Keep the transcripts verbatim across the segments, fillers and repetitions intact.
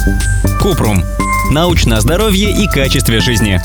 Купрум. Научное здоровье и качестве жизни.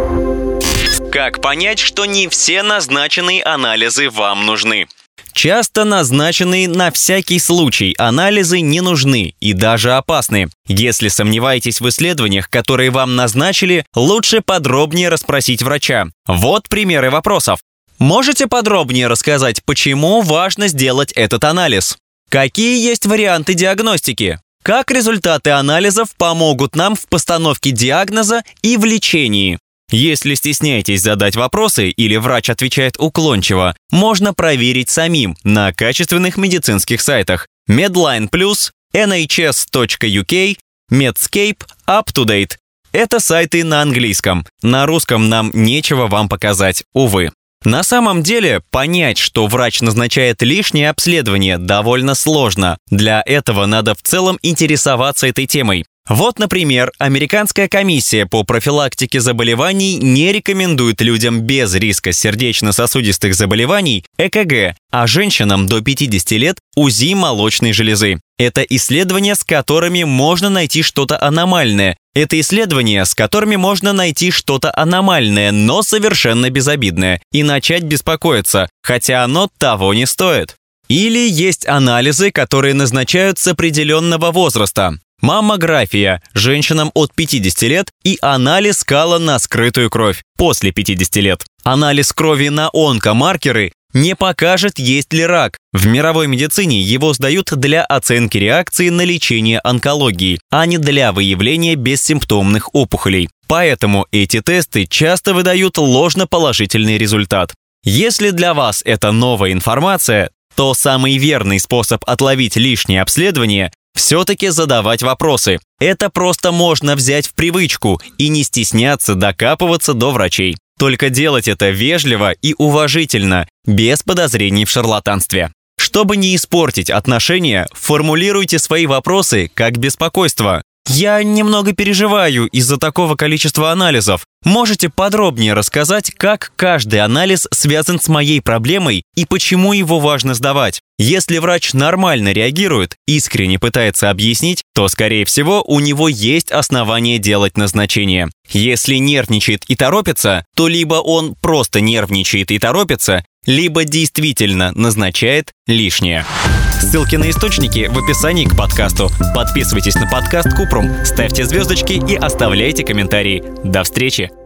Как понять, что не все назначенные анализы вам нужны? Часто назначенные на всякий случай анализы не нужны и даже опасны. Если сомневаетесь в исследованиях, которые вам назначили, лучше подробнее расспросить врача. Вот примеры вопросов. Можете подробнее рассказать, почему важно сделать этот анализ? Какие есть варианты диагностики? Как результаты анализов помогут нам в постановке диагноза и в лечении? Если стесняетесь задать вопросы или врач отвечает уклончиво, можно проверить самим на качественных медицинских сайтах Medline Plus, эн эйч эс точка ю кей, Medscape, UpToDate. Это сайты на английском. На русском нам нечего вам показать, увы. На самом деле, понять, что врач назначает лишнее обследование, довольно сложно. Для этого надо в целом интересоваться этой темой. Вот, например, Американская комиссия по профилактике заболеваний не рекомендует людям без риска сердечно-сосудистых заболеваний э ка гэ, а женщинам до пятидесяти лет УЗИ молочной железы. Это исследования, с которыми можно найти что-то аномальное. Это исследования, с которыми можно найти что-то аномальное, но совершенно безобидное, и начать беспокоиться, хотя оно того не стоит. Или есть анализы, которые назначают с определенного возраста. Маммография женщинам от пятидесяти лет и анализ кала на скрытую кровь после пятидесяти лет. Анализ крови на онкомаркеры не покажет, есть ли рак. В мировой медицине его сдают для оценки реакции на лечение онкологии, а не для выявления бессимптомных опухолей. Поэтому эти тесты часто выдают ложноположительный результат. Если для вас это новая информация, то самый верный способ отловить лишнее обследование – все-таки задавать вопросы. Это просто можно взять в привычку и не стесняться докапываться до врачей. Только делать это вежливо и уважительно, без подозрений в шарлатанстве. Чтобы не испортить отношения, формулируйте свои вопросы как беспокойство. «Я немного переживаю из-за такого количества анализов. Можете подробнее рассказать, как каждый анализ связан с моей проблемой и почему его важно сдавать?» Если врач нормально реагирует, искренне пытается объяснить, то, скорее всего, у него есть основания делать назначение. Если нервничает и торопится, то либо он просто нервничает и торопится, либо действительно назначает лишнее. Ссылки на источники в описании к подкасту. Подписывайтесь на подкаст Купрум, ставьте звездочки и оставляйте комментарии. До встречи!